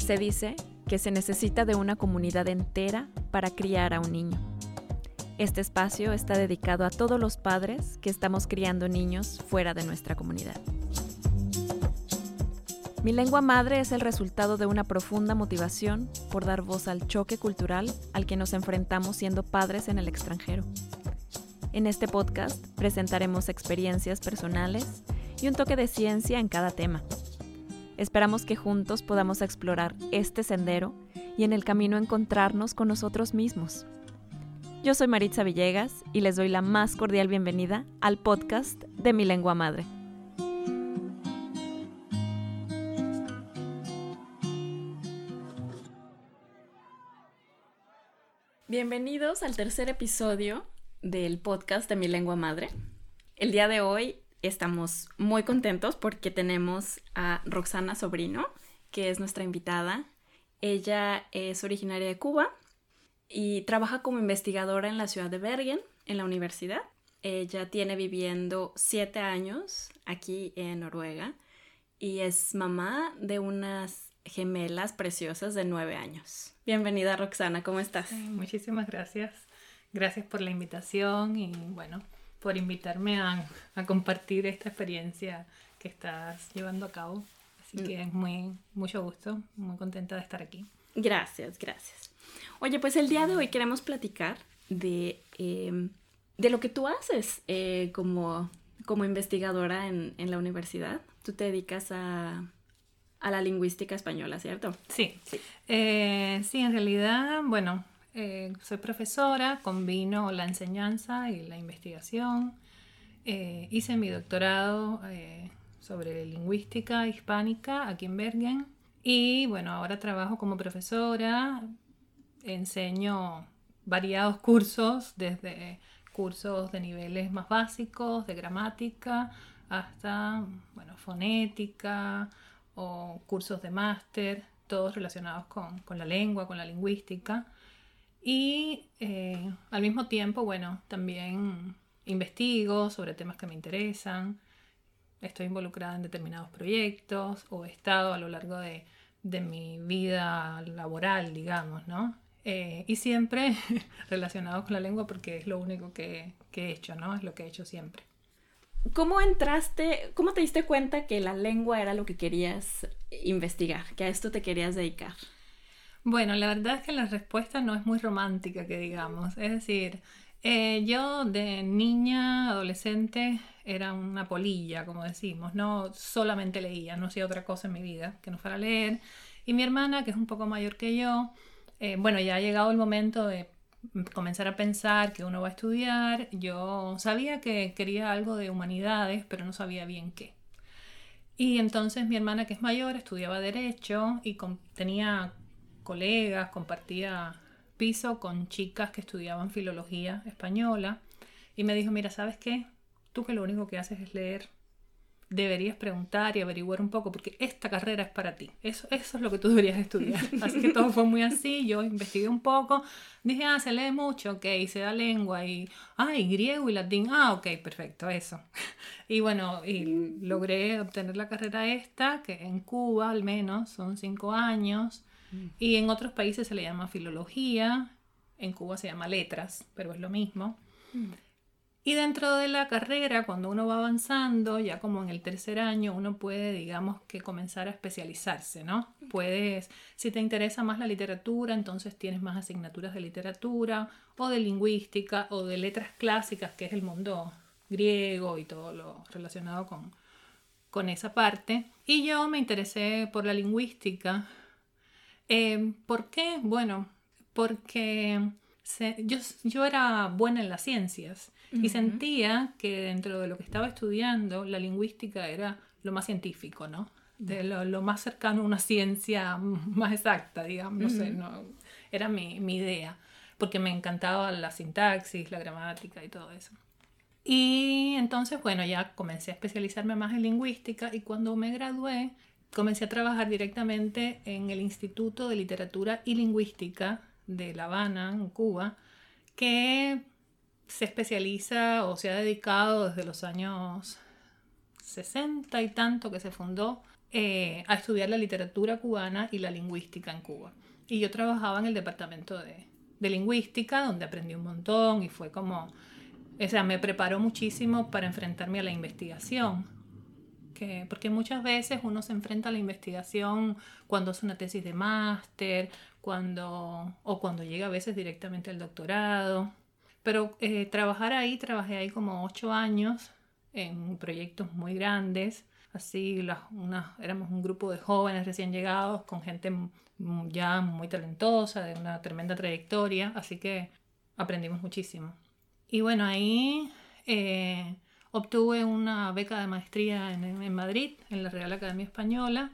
Se dice que se necesita de una comunidad entera para criar a un niño. Este espacio está dedicado a todos los padres que estamos criando niños fuera de nuestra comunidad. Mi lengua madre es el resultado de una profunda motivación por dar voz al choque cultural al que nos enfrentamos siendo padres en el extranjero. En este podcast presentaremos experiencias personales y un toque de ciencia en cada tema. Esperamos que juntos podamos explorar este sendero y en el camino encontrarnos con nosotros mismos. Yo soy Maritza Villegas y les doy la más cordial bienvenida al podcast de Mi Lengua Madre. Bienvenidos al tercer episodio del podcast de Mi Lengua Madre. El día de hoy estamos muy contentos porque tenemos a Roxana Sobrino, que es nuestra invitada. Ella es originaria de Cuba y trabaja como investigadora en la ciudad de Bergen, en la universidad. Ella tiene viviendo 7 años aquí en Noruega y es mamá de unas gemelas preciosas de 9 años. Bienvenida, Roxana, ¿cómo estás? Sí, muchísimas gracias. Gracias por la invitación y bueno, por invitarme a compartir esta experiencia que estás llevando a cabo. Así que es mucho gusto, muy contenta de estar aquí. Gracias. Oye, pues el día de hoy queremos platicar de lo que tú haces como investigadora en la universidad. Tú te dedicas a la lingüística española, ¿cierto? Sí. Sí, en realidad, bueno, soy profesora, combino la enseñanza y la investigación. Hice mi doctorado sobre lingüística hispánica aquí en Bergen. Y bueno, ahora trabajo como profesora, enseño variados cursos, desde cursos de niveles más básicos, de gramática, hasta, bueno, fonética o cursos de máster, todos relacionados con la lengua, con la lingüística. Y al mismo tiempo, bueno, también investigo sobre temas que me interesan. Estoy involucrada en determinados proyectos o he estado a lo largo de mi vida laboral, digamos, ¿no? Y siempre relacionados con la lengua porque es lo único que he hecho, ¿no? Es lo que he hecho siempre. ¿Cómo te diste cuenta que la lengua era lo que querías investigar, que a esto te querías dedicar? Bueno, la verdad es que la respuesta no es muy romántica, que digamos. Es decir, yo de niña, adolescente, era una polilla, como decimos, no solamente leía, no hacía otra cosa en mi vida que no fuera leer. Y mi hermana, que es un poco mayor que yo, bueno, ya ha llegado el momento de comenzar a pensar que uno va a estudiar. Yo sabía que quería algo de humanidades, pero no sabía bien qué. Y entonces mi hermana, que es mayor, estudiaba Derecho y tenía colegas, compartía piso con chicas que estudiaban Filología Española. Y me dijo, mira, ¿sabes qué? Tú que lo único que haces es leer, deberías preguntar y averiguar un poco porque esta carrera es para ti. Eso es lo que tú deberías estudiar. Así que todo fue muy así. Yo investigué un poco. Dije, se lee mucho, ok, se da lengua y griego y latín. Ok, perfecto, eso. Y bueno, y logré obtener la carrera esta, que en Cuba al menos son 5 años. Y en otros países se le llama filología. En Cuba se llama letras, pero es lo mismo. Y dentro de la carrera, cuando uno va avanzando, ya como en el 3er año, uno puede, digamos, que comenzar a especializarse, ¿no? Puedes, si te interesa más la literatura, entonces tienes más asignaturas de literatura, o de lingüística, o de letras clásicas, que es el mundo griego y todo lo relacionado con esa parte. Y yo me interesé por la lingüística. ¿Por qué? Bueno, porque yo era buena en las ciencias. Y sentía que dentro de lo que estaba estudiando, la lingüística era lo más científico, ¿no? De lo más cercano a una ciencia más exacta, digamos, no sé, no, era mi idea, porque me encantaba la sintaxis, la gramática y todo eso. Y entonces, bueno, ya comencé a especializarme más en lingüística y cuando me gradué, comencé a trabajar directamente en el Instituto de Literatura y Lingüística de La Habana, en Cuba, que se especializa o se ha dedicado desde los años 60 y tanto que se fundó a estudiar la literatura cubana y la lingüística en Cuba. Y yo trabajaba en el departamento de lingüística, donde aprendí un montón y fue como, o sea, me preparó muchísimo para enfrentarme a la investigación. Porque muchas veces uno se enfrenta a la investigación cuando hace una tesis de máster, o cuando llega a veces directamente al doctorado. Pero trabajé ahí como 8 años en proyectos muy grandes. Así éramos un grupo de jóvenes recién llegados con gente ya muy talentosa, de una tremenda trayectoria, así que aprendimos muchísimo. Y bueno, ahí obtuve una beca de maestría en Madrid, en la Real Academia Española,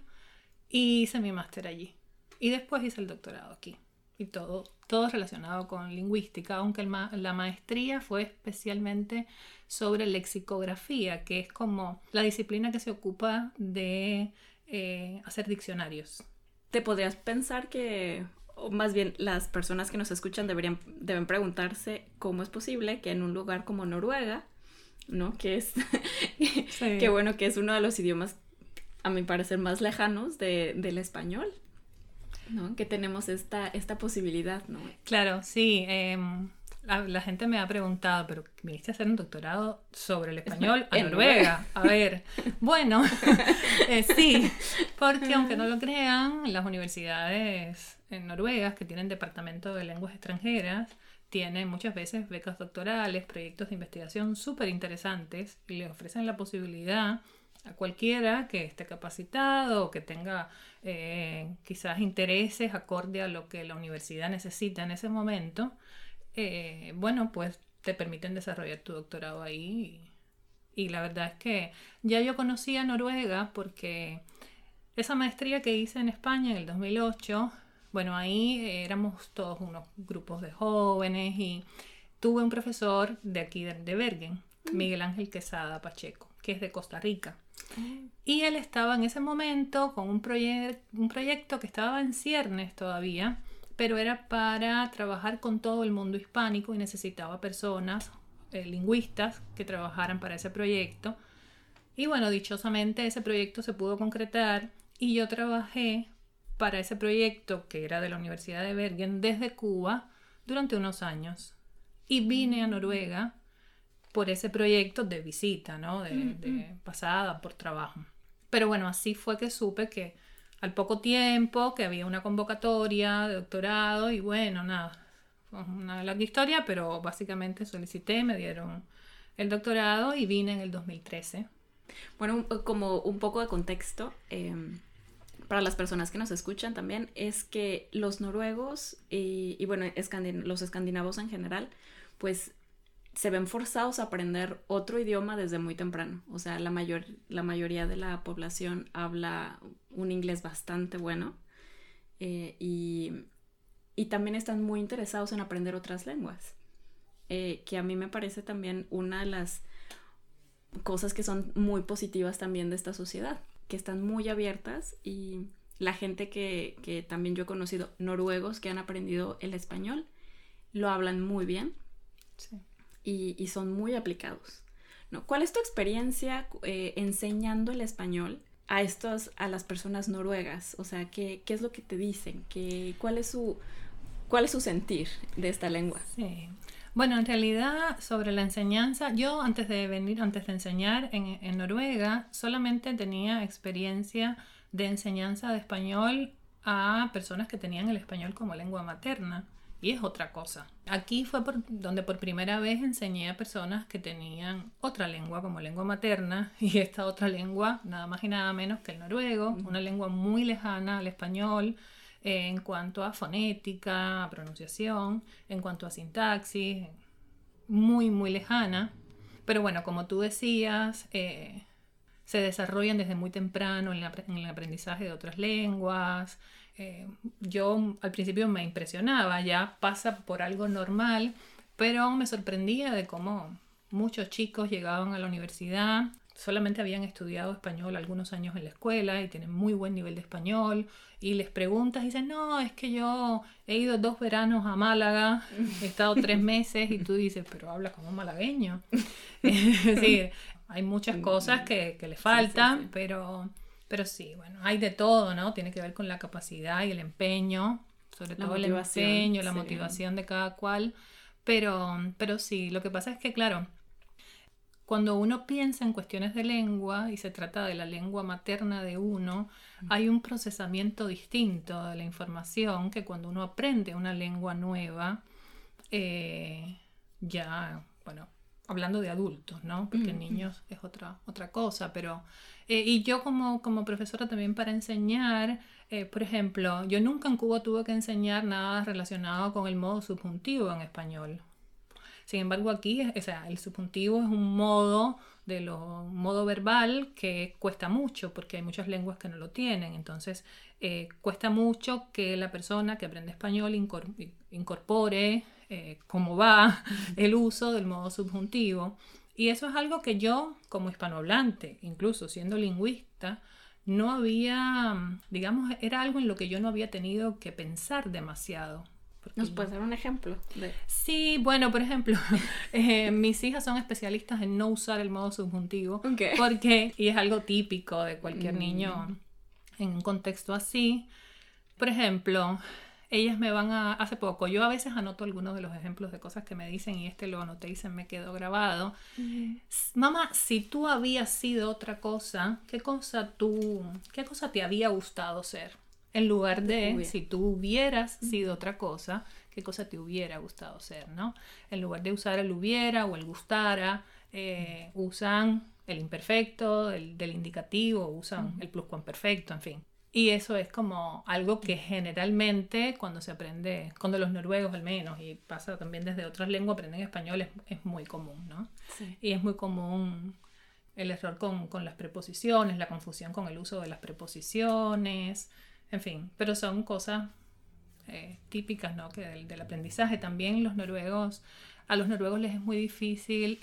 y hice mi máster allí. Y después hice el doctorado aquí. Y todo relacionado con lingüística, aunque la maestría fue especialmente sobre lexicografía, que es como la disciplina que se ocupa de hacer diccionarios. ¿Te podrías pensar que, o más bien las personas que nos escuchan deben preguntarse cómo es posible que en un lugar como Noruega, ¿no? Que es Sí. que bueno, que es uno de los idiomas a mi parecer más lejanos del español, ¿no? Que tenemos esta posibilidad, ¿no? Claro, sí. La gente me ha preguntado, ¿pero viniste a hacer un doctorado sobre el español a Noruega? A ver, bueno, sí, porque aunque no lo crean, las universidades noruegas que tienen departamento de lenguas extranjeras tienen muchas veces becas doctorales, proyectos de investigación súper interesantes y le ofrecen la posibilidad a cualquiera que esté capacitado o que tenga quizás intereses acorde a lo que la universidad necesita en ese momento, bueno, pues te permiten desarrollar tu doctorado ahí. Y la verdad es que ya yo conocía Noruega porque esa maestría que hice en España en el 2008, bueno, ahí éramos todos unos grupos de jóvenes y tuve un profesor de aquí de Bergen, Miguel Ángel Quesada Pacheco, que es de Costa Rica. Y él estaba en ese momento con un proyecto que estaba en ciernes todavía, pero era para trabajar con todo el mundo hispánico y necesitaba personas, lingüistas, que trabajaran para ese proyecto. Y bueno, dichosamente ese proyecto se pudo concretar y yo trabajé para ese proyecto que era de la Universidad de Bergen desde Cuba durante unos años. Y vine a Noruega por ese proyecto de visita, ¿no? De pasada por trabajo. Pero bueno, así fue que supe que al poco tiempo que había una convocatoria de doctorado y bueno, nada, fue una larga historia, pero básicamente solicité, me dieron el doctorado y vine en el 2013. Bueno, como un poco de contexto, para las personas que nos escuchan también, es que los noruegos y bueno, los escandinavos en general, pues se ven forzados a aprender otro idioma desde muy temprano. O sea, la mayoría de la población habla un inglés bastante bueno y también están muy interesados en aprender otras lenguas, que a mí me parece también una de las cosas que son muy positivas también de esta sociedad, que están muy abiertas y la gente que también yo he conocido, noruegos que han aprendido el español, lo hablan muy bien. Sí. Y son muy aplicados, ¿no? ¿Cuál es tu experiencia enseñando el español a las personas noruegas? O sea, ¿qué es lo que te dicen? ¿Cuál es su sentir de esta lengua? Sí. Bueno, en realidad sobre la enseñanza, yo antes de enseñar en Noruega, solamente tenía experiencia de enseñanza de español a personas que tenían el español como lengua materna. Y es otra cosa. Aquí fue donde por primera vez enseñé a personas que tenían otra lengua como lengua materna, y esta otra lengua nada más y nada menos que el noruego, una lengua muy lejana al español en cuanto a fonética, a pronunciación, en cuanto a sintaxis, muy muy lejana. Pero bueno, como tú decías, se desarrollan desde muy temprano en el aprendizaje de otras lenguas. Yo al principio me impresionaba, ya pasa por algo normal, pero me sorprendía de cómo muchos chicos llegaban a la universidad, solamente habían estudiado español algunos años en la escuela y tienen muy buen nivel de español, y les preguntas y dicen, no, es que yo he ido 2 veranos a Málaga, he estado 3 meses, y tú dices, pero habla como malagueño. Es decir, hay muchas cosas que le faltan, sí. Pero Pero sí, bueno, hay de todo, ¿no? Tiene que ver con la capacidad y el empeño, sobre todo el empeño, la motivación de cada cual. Pero sí, lo que pasa es que, claro, cuando uno piensa en cuestiones de lengua y se trata de la lengua materna de uno, hay un procesamiento distinto de la información que cuando uno aprende una lengua nueva, ya, bueno, hablando de adultos, ¿no? Porque niños es otra cosa, pero... y yo como profesora también para enseñar, por ejemplo, yo nunca en Cuba tuve que enseñar nada relacionado con el modo subjuntivo en español. Sin embargo, aquí, o sea, el subjuntivo es un modo modo verbal que cuesta mucho porque hay muchas lenguas que no lo tienen. Entonces, cuesta mucho que la persona que aprende español incorpore cómo va el uso del modo subjuntivo. Y eso es algo que yo, como hispanohablante, incluso siendo lingüista, no había, digamos, era algo en lo que yo no había tenido que pensar demasiado. ¿Nos puedes dar un ejemplo? Sí, bueno, por ejemplo, mis hijas son especialistas en no usar el modo subjuntivo, porque, y es algo típico de cualquier niño en un contexto así. Por ejemplo, ellas hace poco, yo a veces anoto algunos de los ejemplos de cosas que me dicen y lo anoté y se me quedó grabado. Mamá, si tú habías sido otra cosa, ¿qué cosa te había gustado ser? En lugar de, si tú hubieras sido otra cosa, ¿qué cosa te hubiera gustado ser, ¿no? En lugar de usar el hubiera o el gustara, usan el imperfecto del indicativo, usan el pluscuamperfecto, en fin. Y eso es como algo que generalmente cuando se aprende, cuando los noruegos al menos, y pasa también desde otras lenguas, aprenden español, es muy común, ¿no? Sí. Y es muy común el error con las preposiciones, la confusión con el uso de las preposiciones... En fin, pero son cosas típicas, ¿no? Que del aprendizaje. También a los noruegos les es muy difícil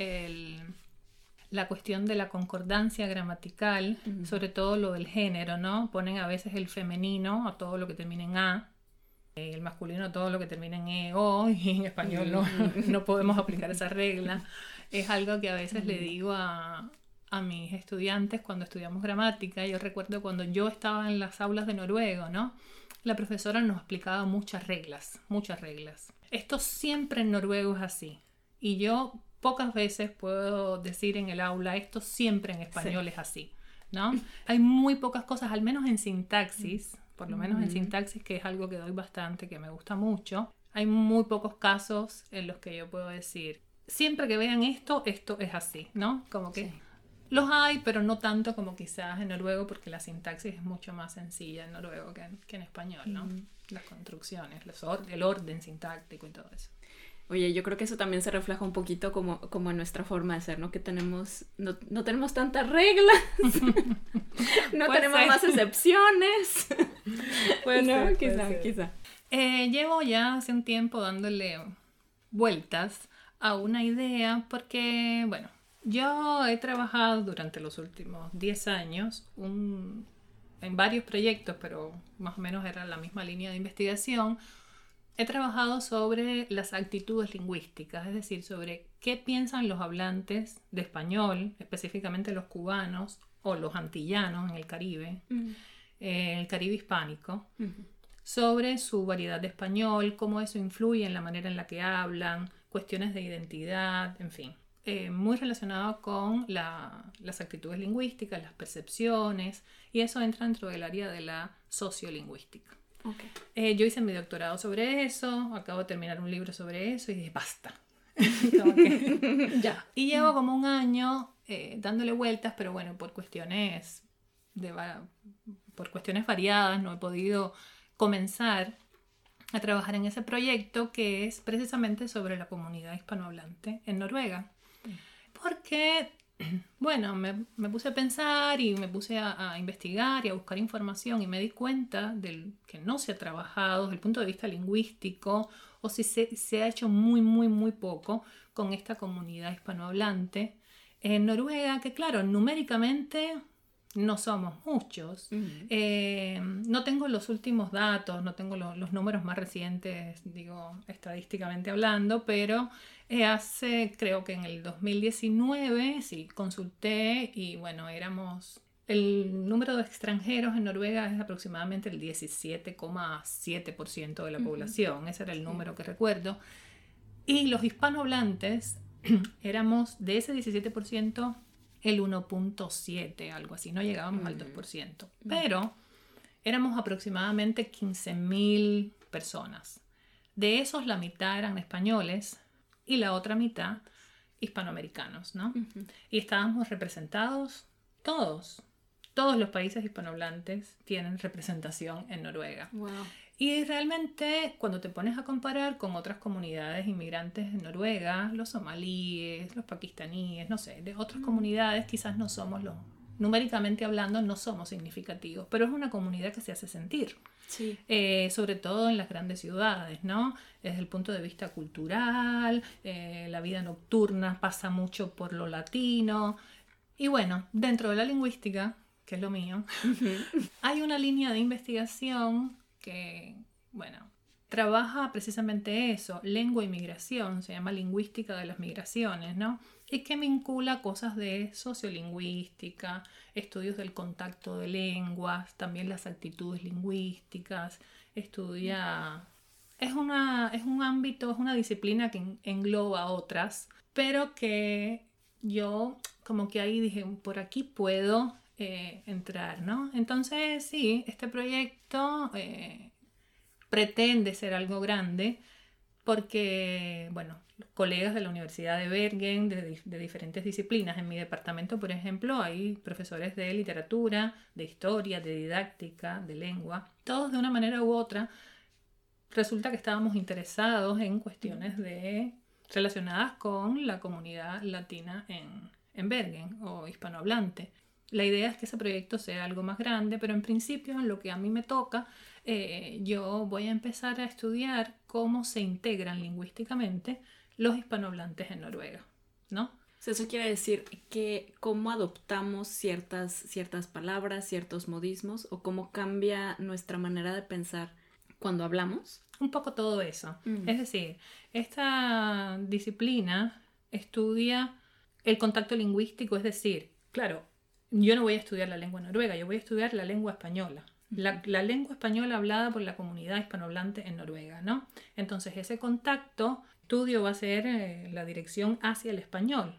la cuestión de la concordancia gramatical, sobre todo lo del género, ¿no? Ponen a veces el femenino a todo lo que termina en A, el masculino a todo lo que termina en E, O, y en español no podemos aplicar esa regla. Es algo que a veces le digo a mis estudiantes cuando estudiamos gramática. Yo recuerdo cuando yo estaba en las aulas de noruego, ¿no? La profesora nos explicaba muchas reglas. Esto siempre en noruego es así. Y yo pocas veces puedo decir en el aula, esto siempre en español es así, ¿no? Hay muy pocas cosas, al menos en sintaxis, por lo menos en sintaxis, que es algo que doy bastante, que me gusta mucho. Hay muy pocos casos en los que yo puedo decir, siempre que vean esto es así, ¿no? Como que... Sí. Los hay, pero no tanto como quizás en noruego, porque la sintaxis es mucho más sencilla en noruego que en español, ¿no? Las construcciones, el orden sintáctico y todo eso. Oye, yo creo que eso también se refleja un poquito como en nuestra forma de ser, ¿no? Que no tenemos tantas reglas, no tenemos más excepciones. Puede ser. Quizá. Llevo ya hace un tiempo dándole vueltas a una idea porque, bueno, yo he trabajado durante los últimos 10 años en varios proyectos, pero más o menos era la misma línea de investigación. He trabajado sobre las actitudes lingüísticas, es decir, sobre qué piensan los hablantes de español, específicamente los cubanos o los antillanos en el Caribe, el Caribe hispánico, sobre su variedad de español, cómo eso influye en la manera en la que hablan, cuestiones de identidad, en fin. Muy relacionado con las actitudes lingüísticas, las percepciones, y eso entra dentro del área de la sociolingüística. Okay. Yo hice mi doctorado sobre eso, acabo de terminar un libro sobre eso y dije, basta. Ya. Y llevo como un año dándole vueltas, pero bueno, por cuestiones variadas no he podido comenzar a trabajar en ese proyecto que es precisamente sobre la comunidad hispanohablante en Noruega. Porque, bueno, me puse a pensar y me puse a investigar y a buscar información y me di cuenta de que no se ha trabajado desde el punto de vista lingüístico o si se ha hecho muy, muy, muy poco con esta comunidad hispanohablante en Noruega, que claro, numéricamente no somos muchos. No tengo los últimos datos, no tengo los números más recientes, digo, estadísticamente hablando, pero creo que en el 2019, sí, consulté y bueno, éramos el número de extranjeros en Noruega es aproximadamente el 17,7% de la población. Ese era el número que recuerdo. Y los hispanohablantes éramos de ese 17% el 1,7%, algo así. No llegábamos al 2%. Pero éramos aproximadamente 15.000 personas. De esos, la mitad eran españoles y la otra mitad hispanoamericanos, ¿no? Y estábamos representados todos los países hispanohablantes tienen representación en Noruega. Wow. Y realmente cuando te pones a comparar con otras comunidades inmigrantes en Noruega, los somalíes, los pakistaníes, no sé, de otras comunidades quizás no somos numéricamente hablando no somos significativos, pero es una comunidad que se hace sentir. Sí. Sobre todo en las grandes ciudades, ¿no? Desde el punto de vista cultural, la vida nocturna pasa mucho por lo latino. Y bueno, dentro de la lingüística, que es lo mío, hay una línea de investigación que, bueno, trabaja precisamente eso, lengua y migración, se llama lingüística de las migraciones, ¿no? Y que vincula cosas de sociolingüística, estudios del contacto de lenguas, también las actitudes lingüísticas, estudia... Es un ámbito, es una disciplina que engloba otras, pero que yo como que ahí dije, por aquí puedo entrar, ¿no? Entonces sí, este proyecto pretende ser algo grande porque, bueno, colegas de la Universidad de Bergen, de diferentes disciplinas. En mi departamento, por ejemplo, hay profesores de literatura, de historia, de didáctica, de lengua. Todos de una manera u otra resulta que estábamos interesados en cuestiones relacionadas con la comunidad latina en Bergen o hispanohablante. La idea es que ese proyecto sea algo más grande, pero en principio, en lo que a mí me toca, yo voy a empezar a estudiar cómo se integran lingüísticamente los hispanohablantes en Noruega, ¿no? O sea, eso quiere decir que cómo adoptamos ciertas palabras, ciertos modismos, o cómo cambia nuestra manera de pensar cuando hablamos. Un poco todo eso. Es decir, esta disciplina estudia el contacto lingüístico, es decir, claro, yo no voy a estudiar la lengua noruega, yo voy a estudiar la lengua española. La lengua española hablada por la comunidad hispanohablante en Noruega, ¿no? Entonces ese estudio va a ser la dirección hacia el español.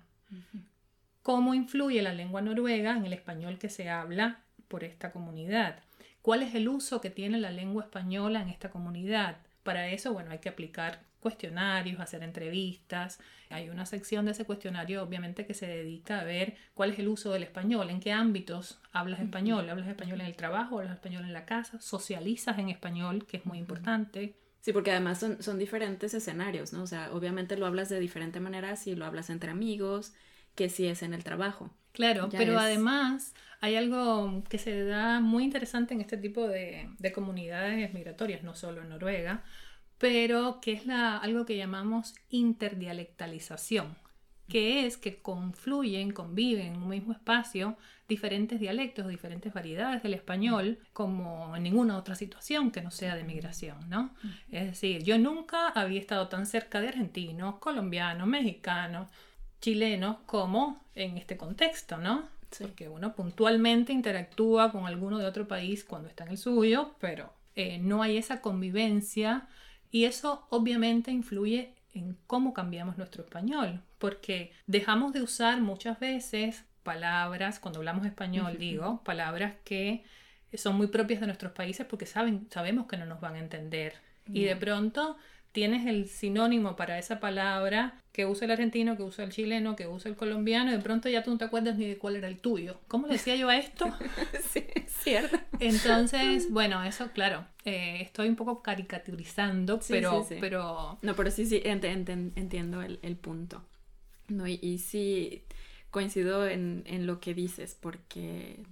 ¿Cómo influye la lengua noruega en el español que se habla por esta comunidad? ¿Cuál es el uso que tiene la lengua española en esta comunidad? Para eso, bueno, hay que aplicar cuestionarios, hacer entrevistas. Hay una sección de ese cuestionario, obviamente, que se dedica a ver cuál es el uso del español, en qué ámbitos hablas español. ¿Hablas español en el trabajo? ¿Hablas español en la casa? ¿Socializas en español? Que es muy importante. Sí, porque además son diferentes escenarios, ¿no? O sea, obviamente lo hablas de diferente manera si lo hablas entre amigos que si es en el trabajo. Claro, pero además hay algo que se da muy interesante en este tipo de comunidades migratorias, no solo en Noruega, pero que es algo que llamamos interdialectalización, que es que confluyen, conviven en un mismo espacio diferentes dialectos, diferentes variedades del español, como en ninguna otra situación que no sea de migración, ¿no? Es decir, yo nunca había estado tan cerca de argentinos, colombianos, mexicanos, chilenos como en este contexto, ¿no? Sí. Porque uno puntualmente interactúa con alguno de otro país cuando está en el suyo, pero no hay esa convivencia y eso obviamente influye en cómo cambiamos nuestro español, porque dejamos de usar muchas veces palabras, cuando hablamos español digo, palabras que son muy propias de nuestros países porque sabemos que no nos van a entender. Y de pronto tienes el sinónimo para esa palabra que usa el argentino, que usa el chileno, que usa el colombiano, y de pronto ya tú no te acuerdas ni de cuál era el tuyo. ¿Cómo le decía yo a esto? Sí, es cierto. Entonces, bueno, eso, claro, estoy un poco caricaturizando, sí, pero, sí. pero... No, pero sí, entiendo el punto. No, y sí coincido en lo que dices, porque,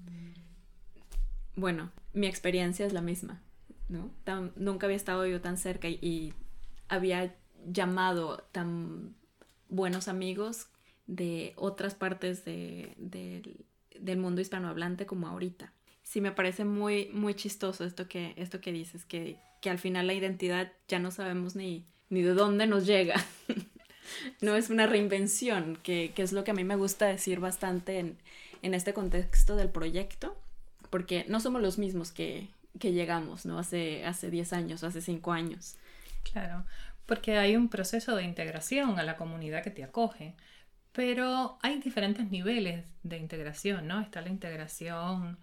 bueno, mi experiencia es la misma, ¿no? Nunca había estado yo tan cerca y había llamado tan buenos amigos de otras partes del mundo hispanohablante como ahorita. Sí, me parece muy, muy chistoso esto que dices, que al final la identidad ya no sabemos ni de dónde nos llega. No es una reinvención, que es lo que a mí me gusta decir bastante en este contexto del proyecto, porque no somos los mismos que llegamos, ¿no? Hace 10 años o hace 5 años. Claro, porque hay un proceso de integración a la comunidad que te acoge, pero hay diferentes niveles de integración, ¿no? Está la integración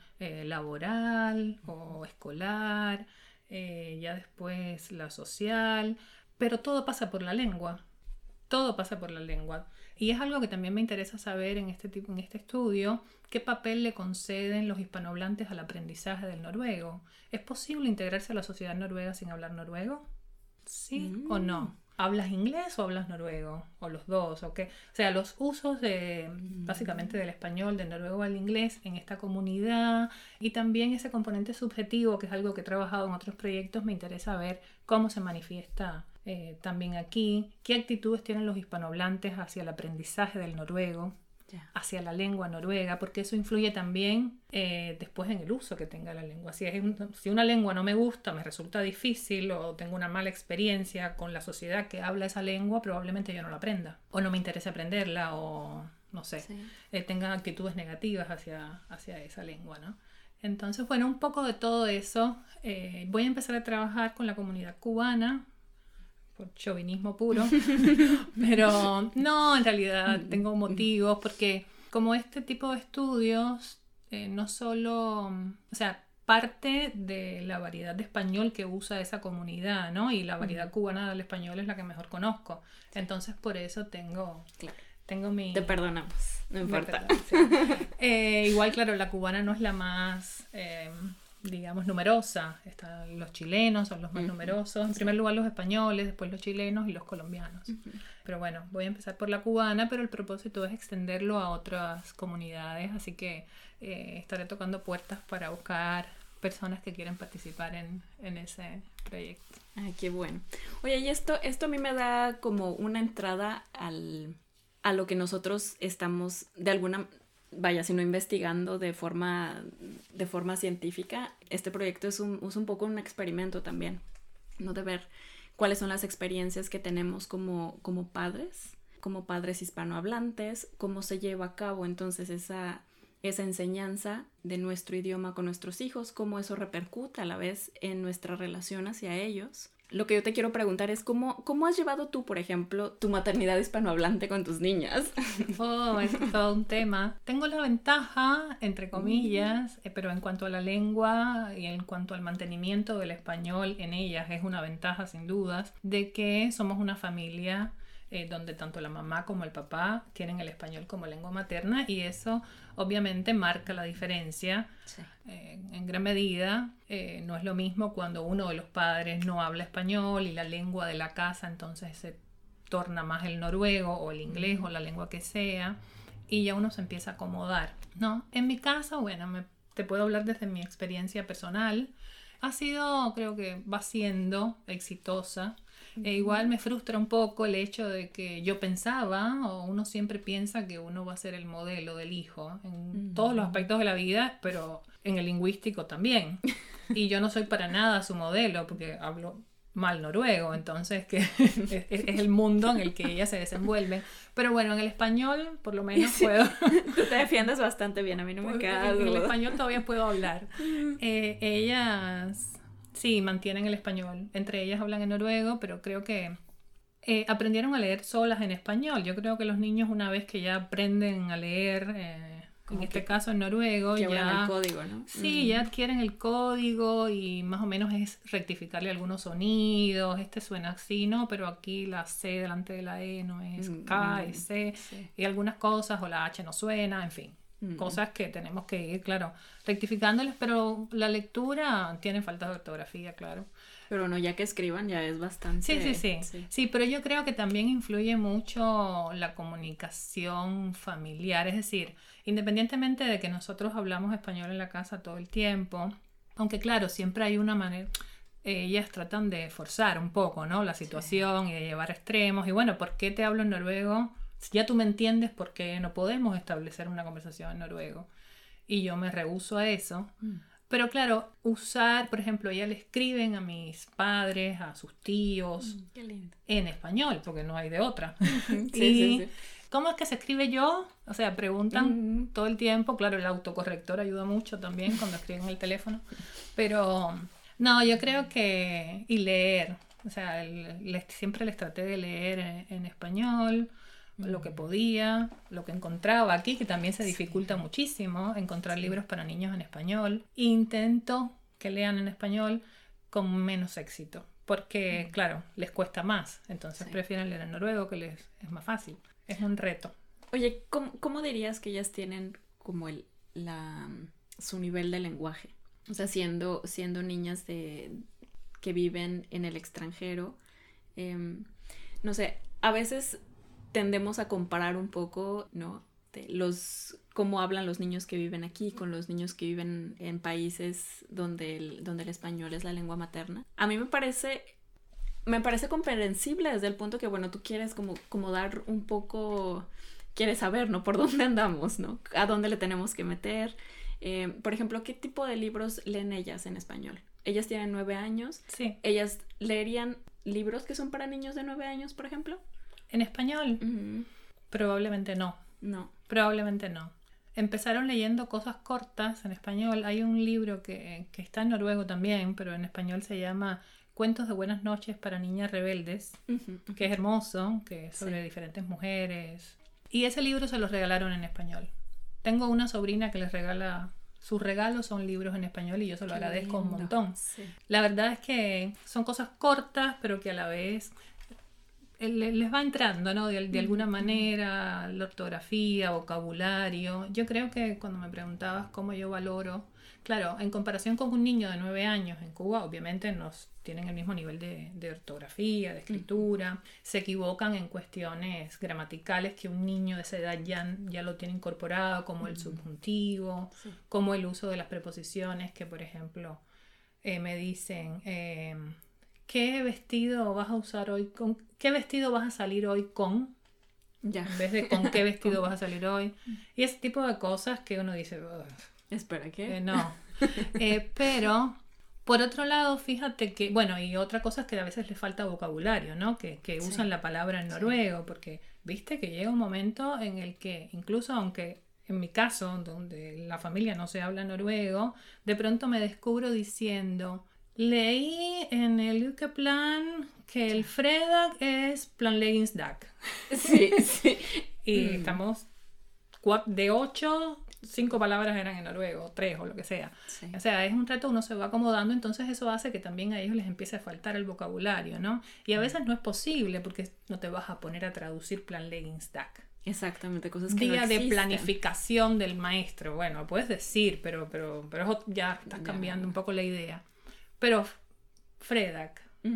laboral o escolar, ya después la social, pero todo pasa por la lengua. Todo pasa por la lengua. Y es algo que también me interesa saber en este estudio, qué papel le conceden los hispanohablantes al aprendizaje del noruego. ¿Es posible integrarse a la sociedad noruega sin hablar noruego? ¿Sí o no? ¿Hablas inglés o hablas noruego? ¿O los dos? ¿O qué? O sea, los usos básicamente del español, del noruego al inglés en esta comunidad, y también ese componente subjetivo, que es algo que he trabajado en otros proyectos, me interesa ver cómo se manifiesta también aquí, qué actitudes tienen los hispanohablantes hacia el aprendizaje del noruego, hacia la lengua noruega, porque eso influye también después en el uso que tenga la lengua. Si una lengua no me gusta, me resulta difícil o tengo una mala experiencia con la sociedad que habla esa lengua, probablemente yo no la aprenda o no me interese aprenderla o no sé, tenga actitudes negativas hacia esa lengua, ¿no? Entonces, bueno, un poco de todo eso. Voy a empezar a trabajar con la comunidad cubana, por chauvinismo puro, pero no, en realidad tengo motivos, porque como este tipo de estudios no solo, o sea, parte de la variedad de español que usa esa comunidad, ¿no? Y la variedad cubana del español es la que mejor conozco, entonces por eso tengo mi... Te perdonamos, no importa. Igual, claro, la cubana no es la más... digamos, numerosa. Están los chilenos, son los más numerosos. En primer lugar los españoles, después los chilenos y los colombianos. Pero bueno, voy a empezar por la cubana, pero el propósito es extenderlo a otras comunidades, así que estaré tocando puertas para buscar personas que quieren participar en ese proyecto. Ay, qué bueno. Oye, y esto a mí me da como una entrada a lo que nosotros estamos de alguna sino investigando de forma científica. Este proyecto es un poco un experimento también, ¿no? De ver cuáles son las experiencias que tenemos como padres hispanohablantes, cómo se lleva a cabo entonces esa enseñanza de nuestro idioma con nuestros hijos, cómo eso repercute a la vez en nuestra relación hacia ellos. Lo que yo te quiero preguntar es ¿cómo has llevado tú, por ejemplo, tu maternidad hispanohablante con tus niñas? Oh, es todo un tema. Tengo la ventaja, entre comillas, pero en cuanto a la lengua y en cuanto al mantenimiento del español en ellas, es una ventaja sin dudas, de que somos una familia donde tanto la mamá como el papá tienen el español como lengua materna, y eso obviamente marca la diferencia. Sí. En gran medida no es lo mismo cuando uno de los padres no habla español y la lengua de la casa entonces se torna más el noruego o el inglés o la lengua que sea, y ya uno se empieza a acomodar, ¿no? En mi caso, bueno, te puedo hablar desde mi experiencia personal. Ha sido, creo que va siendo exitosa. Igual me frustra un poco el hecho de que yo pensaba, o uno siempre piensa que uno va a ser el modelo del hijo en todos los aspectos de la vida, pero en el lingüístico también. Y yo no soy para nada su modelo porque hablo mal noruego, entonces que es el mundo en el que ellas se desenvuelven. Pero bueno, en el español por lo menos puedo... Tú te defiendes bastante bien, a mí no me queda duda. En el español todavía puedo hablar. Ellas... Sí, mantienen el español. Entre ellas hablan en noruego, pero creo que aprendieron a leer solas en español. Yo creo que los niños, una vez que ya aprenden a leer, en este caso en noruego, ya el código, ¿no? Sí, ya adquieren el código y más o menos es rectificarle algunos sonidos. Este suena así, ¿no? Pero aquí la C delante de la E no es K, es C. Sí. Y algunas cosas, o la H no suena, en fin. Cosas que tenemos que ir, claro, rectificándoles, pero la lectura tiene faltas de ortografía, claro. Pero no, ya que escriban ya es bastante... Sí, pero yo creo que también influye mucho la comunicación familiar, es decir, independientemente de que nosotros hablamos español en la casa todo el tiempo, aunque claro, siempre hay una manera... Ellas tratan de forzar un poco, ¿no? La situación y de llevar extremos, y bueno, ¿por qué te hablo en noruego? Ya tú me entiendes porque no podemos establecer una conversación en noruego, y yo me rehúso a eso, Pero claro, usar, por ejemplo, ella le escriben a mis padres, a sus tíos, Qué lindo. en español, porque no hay de otra. Sí, Y sí, sí. ¿cómo es que se escribe yo? O sea, preguntan Mm, todo el tiempo. Claro, el autocorrector ayuda mucho también cuando escriben en el teléfono. Pero no, yo creo que... Y leer. O sea, siempre les traté de leer en español lo que podía, lo que encontraba aquí, que también se dificulta muchísimo encontrar libros para niños en español. Intento que lean en español con menos éxito, porque claro, les cuesta más, entonces Sí. prefieren leer en noruego, que les es más fácil. Es un reto. Oye, ¿cómo dirías que ellas tienen como su nivel de lenguaje? O sea, siendo niñas que viven en el extranjero, no sé, a veces tendemos a comparar un poco, ¿no? Cómo hablan los niños que viven aquí con los niños que viven en países donde el español es la lengua materna. A mí me parece comprensible desde el punto que, bueno, tú quieres como dar un poco, quieres saber, ¿no? Por dónde andamos, ¿no? A dónde le tenemos que meter. Por ejemplo, ¿qué tipo de libros leen ellas en español? Ellas tienen 9 años. Sí. ¿Ellas leerían libros que son para niños de 9 años, por ejemplo? En español, Mm, probablemente no. no. Probablemente no. Empezaron leyendo cosas cortas en español. Hay un libro que está en noruego también, pero en español se llama Cuentos de buenas noches para niñas rebeldes, que es hermoso, que es sobre diferentes mujeres. Y ese libro se los regalaron en español. Tengo una sobrina que les regala... Sus regalos son libros en español y yo se lo agradezco un montón. Sí. La verdad es que son cosas cortas, pero que a la vez les va entrando, ¿no? De alguna manera, la ortografía, vocabulario. Yo creo que cuando me preguntabas cómo yo valoro, claro, en comparación con un niño de 9 años en Cuba, obviamente no tienen el mismo nivel de ortografía, de escritura, se equivocan en cuestiones gramaticales que un niño de esa edad ya lo tiene incorporado, como el subjuntivo, como el uso de las preposiciones, que por ejemplo me dicen... ¿qué vestido vas a usar hoy? ¿Qué vestido vas a salir hoy con? Ya. En vez de con qué vestido vas a salir hoy. Y ese tipo de cosas que uno dice, Espera, ¿qué? no. Pero, por otro lado, fíjate que, bueno, y otra cosa es que a veces les falta vocabulario, ¿no? Que usan la palabra en noruego, porque viste que llega un momento en el que, incluso aunque en mi caso, donde la familia no se habla noruego, de pronto me descubro diciendo... Leí en el Ukeplan que el fredag es planleggingsdag. Sí, sí. Y estamos de 8, 5 palabras eran en noruego, 3 o lo que sea. Sí. O sea, es un reto, uno se va acomodando, entonces eso hace que también a ellos les empiece a faltar el vocabulario, ¿no? Y a veces no es posible porque no te vas a poner a traducir planleggingsdag. Exactamente, cosas que Día no de existen. planificación del maestro. Bueno, puedes decir, pero ya estás cambiando un poco la idea. Pero fredag,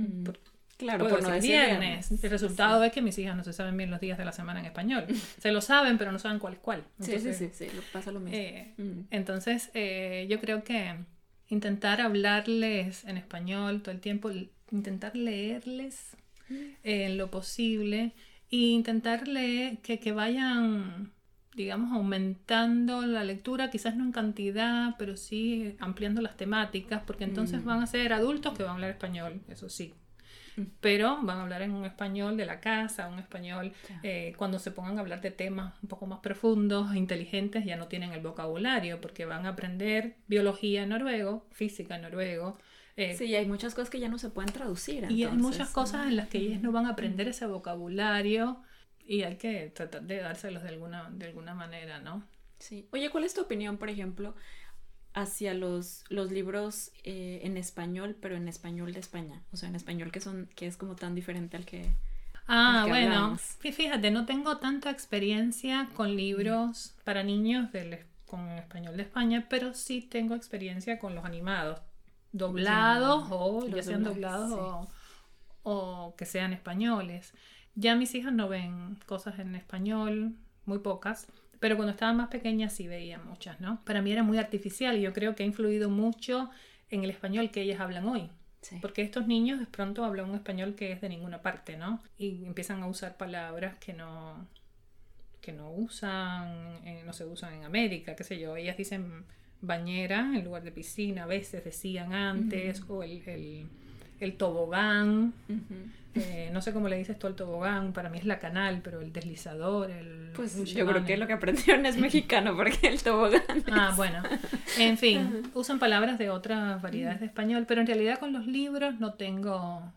Claro, puedo por no decir decir viernes. El resultado es que mis hijas no se saben bien los días de la semana en español. Se lo saben, pero no saben cuál es cuál. Entonces, Sí, pasa lo mismo. Entonces, yo creo que intentar hablarles en español todo el tiempo, intentar leerles en lo posible e intentar leer que vayan... digamos, aumentando la lectura, quizás no en cantidad, pero sí ampliando las temáticas, porque entonces van a ser adultos que van a hablar español, eso sí, pero van a hablar en un español de la casa, un español, cuando se pongan a hablar de temas un poco más profundos, inteligentes, ya no tienen el vocabulario, porque van a aprender biología en noruego, física en noruego. Sí, hay muchas cosas que ya no se pueden traducir. Y entonces, hay muchas cosas en las que ellos no van a aprender ese vocabulario. Y hay que tratar de dárselos de alguna manera, ¿no? Sí. Oye, ¿cuál es tu opinión, por ejemplo, hacia los libros en español, pero en español de España? O sea, en español que es como tan diferente al que Bueno, hablamos. fíjate, no tengo tanta experiencia con libros para niños con español de España, pero sí tengo experiencia con los animados, doblados ya sean doblados o que sean españoles. Ya mis hijas no ven cosas en español, muy pocas, pero cuando estaban más pequeñas sí veían muchas, ¿no? Para mí era muy artificial y yo creo que ha influido mucho en el español que ellas hablan hoy. Sí. Porque estos niños de pronto hablan un español que es de ninguna parte, ¿no? Y empiezan a usar palabras que no usan, no se usan en América, qué sé yo. Ellas dicen bañera en lugar de piscina, a veces decían antes, o el tobogán. No sé cómo le dices tú al tobogán, para mí es la canal, pero el deslizador, Pues yo creo que lo que aprendieron es mexicano, porque el tobogán bueno, en fin, usan palabras de otras variedades de español, pero en realidad con los libros no tengo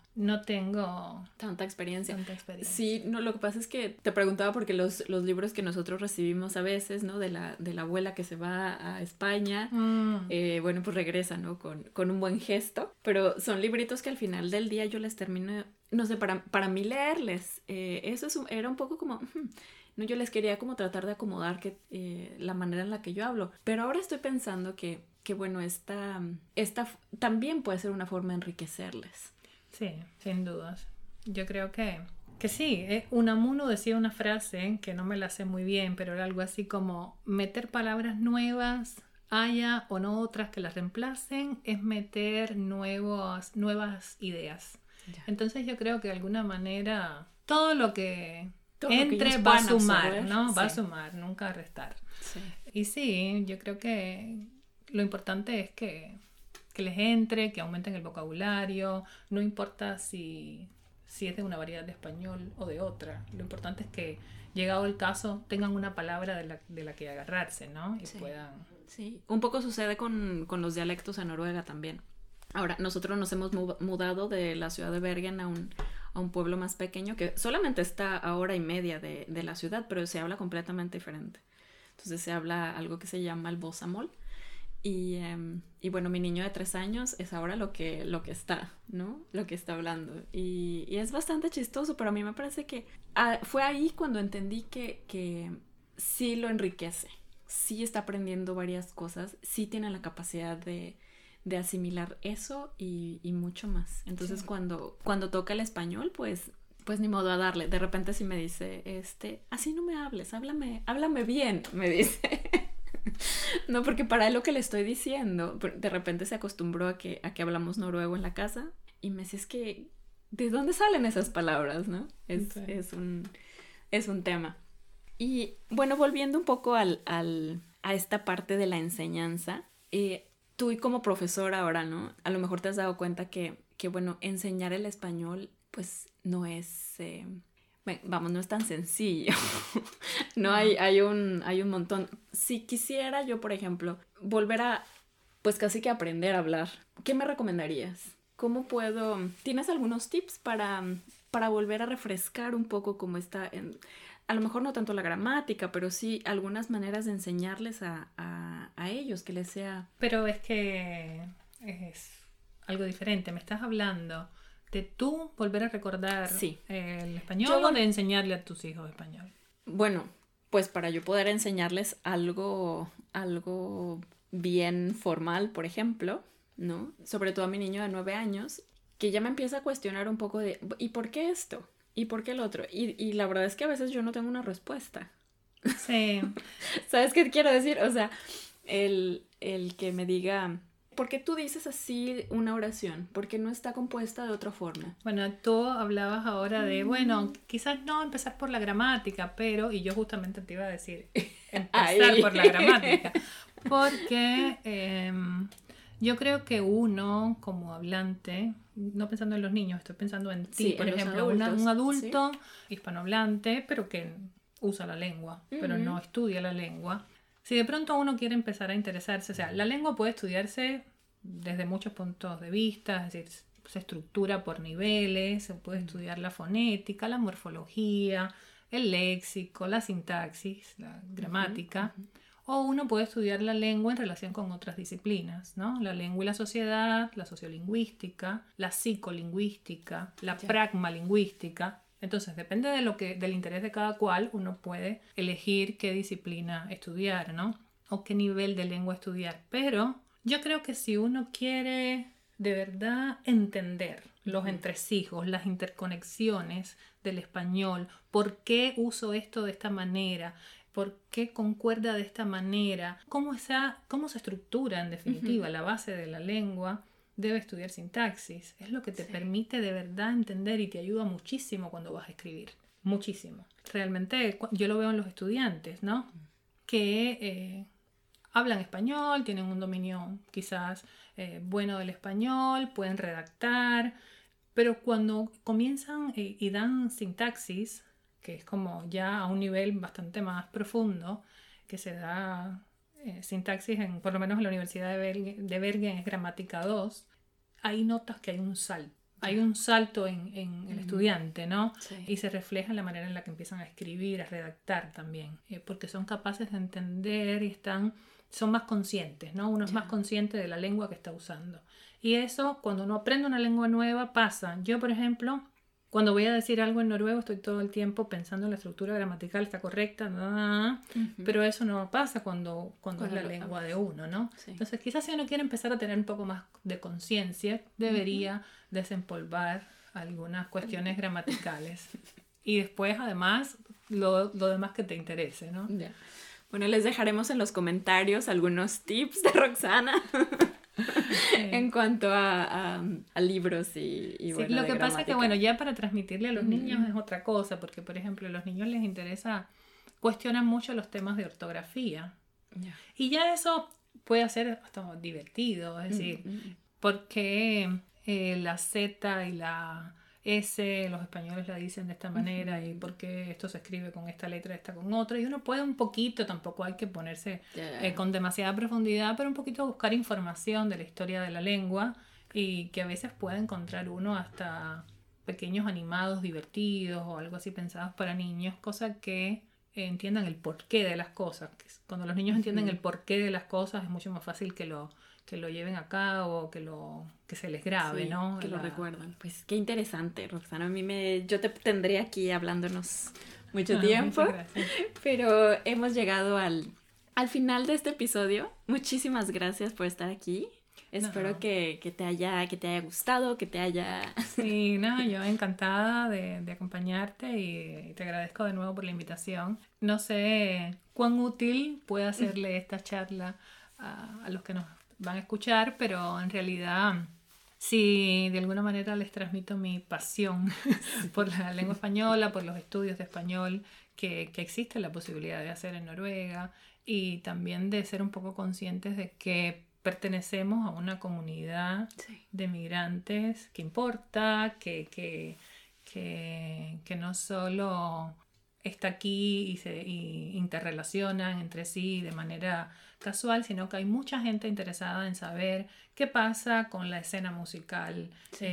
tanta experiencia. Sí, no, lo que pasa es que te preguntaba porque los libros que nosotros recibimos a veces, ¿no? De la abuela que se va a España, bueno, pues regresa, ¿no? Con un buen gesto, pero son libritos que al final del día yo les termino, no sé, para mí leerles, eso era un poco como... No, yo les quería como tratar de acomodar la manera en la que yo hablo, pero ahora estoy pensando que bueno, esta también puede ser una forma de enriquecerles. Sí, sin dudas. Yo creo que sí. Unamuno decía una frase que no me la sé muy bien, pero era algo así como meter palabras nuevas, haya o no otras que las reemplacen, es meter nuevas ideas. Ya. Entonces yo creo que de alguna manera todo lo que entre va a sumar, ¿no? Sí. Va a sumar, nunca a restar. Sí. Y sí, yo creo que lo importante es que les entre, que aumenten el vocabulario, no importa si es de una variedad de español o de otra. Lo importante es que, llegado el caso, tengan una palabra de la que agarrarse, ¿no? Y puedan... Sí, un poco sucede con los dialectos en Noruega también. Ahora, nosotros nos hemos mudado de la ciudad de Bergen a un pueblo más pequeño que solamente está a 1:30 de la ciudad, pero se habla completamente diferente. Entonces se habla algo que se llama el bosamol. Y bueno, mi niño de 3 años es ahora lo que está, ¿no? Lo que está hablando. Y es bastante chistoso, pero a mí me parece que fue ahí cuando entendí que sí lo enriquece. Sí está aprendiendo varias cosas, sí tiene la capacidad de asimilar eso y mucho más. Entonces sí. cuando toca el español, pues ni modo a darle. De repente sí me dice, así no me hables, háblame bien, me dice. No, porque para él lo que le estoy diciendo, de repente se acostumbró a que hablamos noruego en la casa y me dice, es que, ¿de dónde salen esas palabras, no? Es un tema. Y bueno, volviendo un poco a esta parte de la enseñanza, tú y como profesora ahora, ¿no? A lo mejor te has dado cuenta que bueno, enseñar el español, pues no es... no es tan sencillo. No, hay un montón. Si quisiera yo, por ejemplo, volver a, pues casi que aprender a hablar, ¿qué me recomendarías? ¿Cómo puedo? ¿Tienes algunos tips para volver a refrescar un poco cómo está a lo mejor no tanto la gramática, pero sí algunas maneras de enseñarles a ellos, que les sea... Pero es que es algo diferente. Me estás hablando... ¿De tú volver a recordar el español o de enseñarle a tus hijos español? Bueno, pues para yo poder enseñarles algo bien formal, por ejemplo, ¿no? Sobre todo a mi niño de 9 años, que ya me empieza a cuestionar un poco de ¿y por qué esto? ¿Y por qué el otro? Y la verdad es que a veces yo no tengo una respuesta. Sí. ¿Sabes qué quiero decir? O sea, el que me diga... ¿Por qué tú dices así una oración? Porque no está compuesta de otra forma. Bueno, tú hablabas ahora de, bueno, quizás no empezar por la gramática, pero, y yo justamente te iba a decir, empezar por la gramática. Porque yo creo que uno, como hablante, no pensando en los niños, estoy pensando en ti, por ejemplo, un adulto hispanohablante, pero que usa la lengua, pero no estudia la lengua. Si de pronto uno quiere empezar a interesarse, o sea, la lengua puede estudiarse desde muchos puntos de vista, es decir, se estructura por niveles, se puede estudiar la fonética, la morfología, el léxico, la sintaxis, la gramática, o uno puede estudiar la lengua en relación con otras disciplinas, ¿no? La lengua y la sociedad, la sociolingüística, la psicolingüística, la pragmalingüística. Entonces, depende del interés de cada cual, uno puede elegir qué disciplina estudiar, ¿no? O qué nivel de lengua estudiar. Pero yo creo que si uno quiere de verdad entender los entresijos, las interconexiones del español, por qué uso esto de esta manera, por qué concuerda de esta manera, cómo se estructura en definitiva la base de la lengua, debe estudiar sintaxis. Es lo que te permite de verdad entender y te ayuda muchísimo cuando vas a escribir. Muchísimo. Realmente yo lo veo en los estudiantes, ¿no? Que hablan español, tienen un dominio quizás bueno del español, pueden redactar, pero cuando comienzan y dan sintaxis, que es como ya a un nivel bastante más profundo, que se da sintaxis, por lo menos en la Universidad de Bergen es gramática 2, ahí notas que hay un salto. Hay un salto en el estudiante, ¿no? Sí. Y se refleja en la manera en la que empiezan a escribir, a redactar también, porque son capaces de entender y son más conscientes, ¿no? Uno es más consciente de la lengua que está usando. Y eso, cuando uno aprende una lengua nueva, pasa. Yo, por ejemplo, cuando voy a decir algo en noruego, estoy todo el tiempo pensando en la estructura gramatical, está correcta, pero eso no pasa cuando es la lengua de uno, ¿no? Sí. Entonces, quizás si uno quiere empezar a tener un poco más de conciencia, debería desempolvar algunas cuestiones gramaticales. Y después, además, lo demás que te interese, ¿no? Yeah. Bueno, les dejaremos en los comentarios algunos tips de Roxana en cuanto a libros y sí, bueno, lo de que pasa es que, gramática. bueno, ya para transmitirle a los niños es otra cosa, porque, por ejemplo, a los niños les interesa, cuestionan mucho los temas de ortografía. Yeah. Y ya eso puede ser hasta divertido, es decir, porque la Z y la S, los españoles la dicen de esta manera, y por qué esto se escribe con esta letra, esta con otra, y uno puede un poquito, tampoco hay que ponerse con demasiada profundidad, pero un poquito buscar información de la historia de la lengua, y que a veces puede encontrar uno hasta pequeños animados divertidos o algo así pensados para niños, cosa que entiendan el porqué de las cosas. Cuando los niños entienden el porqué de las cosas es mucho más fácil que lo lleven a cabo, que se les grabe, sí, ¿no? Que lo recuerdan. Pues qué interesante, Roxana. Yo te tendré aquí hablándonos mucho tiempo, pero hemos llegado al final de este episodio. Muchísimas gracias por estar aquí. Espero que te haya gustado, que te haya... Sí, no, yo encantada de acompañarte y te agradezco de nuevo por la invitación. No sé cuán útil puede hacerle esta charla a los que nos van a escuchar, pero en realidad si de alguna manera les transmito mi pasión por la lengua española, por los estudios de español que existe la posibilidad de hacer en Noruega, y también de ser un poco conscientes de que pertenecemos a una comunidad de migrantes que importa, que no solo está aquí y se interrelacionan entre sí de manera casual, sino que hay mucha gente interesada en saber qué pasa con la escena musical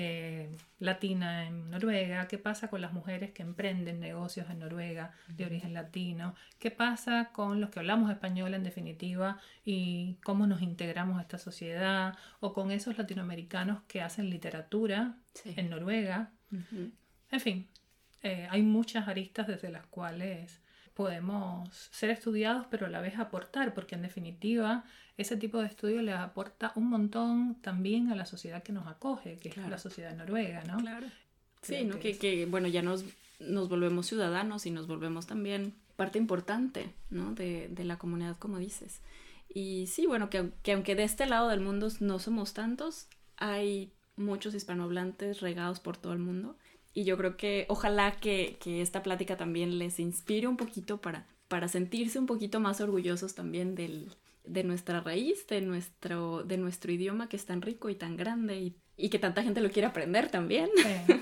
latina en Noruega, qué pasa con las mujeres que emprenden negocios en Noruega de origen latino, qué pasa con los que hablamos español en definitiva y cómo nos integramos a esta sociedad, o con esos latinoamericanos que hacen literatura en Noruega. En fin, hay muchas aristas desde las cuales podemos ser estudiados, pero a la vez aportar, porque en definitiva ese tipo de estudio le aporta un montón también a la sociedad que nos acoge, que es la sociedad noruega, ¿no? Claro. Sí, ¿no? Que bueno, ya nos volvemos ciudadanos y nos volvemos también parte importante, ¿no? de la comunidad, como dices. Y sí, bueno, que aunque de este lado del mundo no somos tantos, hay muchos hispanohablantes regados por todo el mundo. Y yo creo que ojalá que esta plática también les inspire un poquito para sentirse un poquito más orgullosos también de nuestra raíz, de nuestro idioma, que es tan rico y tan grande y que tanta gente lo quiere aprender también.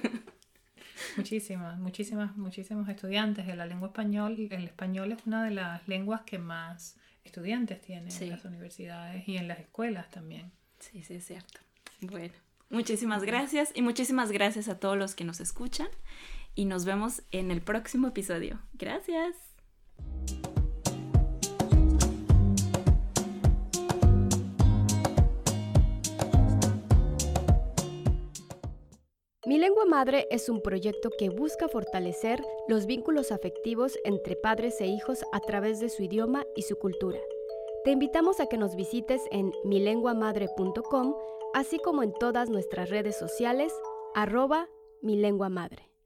Muchísimos estudiantes de la lengua español. El español es una de las lenguas que más estudiantes tienen en las universidades y en las escuelas también. Sí, es cierto. Bueno. Muchísimas gracias, y muchísimas gracias a todos los que nos escuchan, y nos vemos en el próximo episodio. Gracias. Mi Lengua Madre es un proyecto que busca fortalecer los vínculos afectivos entre padres e hijos a través de su idioma y su cultura. Te invitamos a que nos visites en milenguamadre.com, así como en todas nuestras redes sociales, @milenguamadre.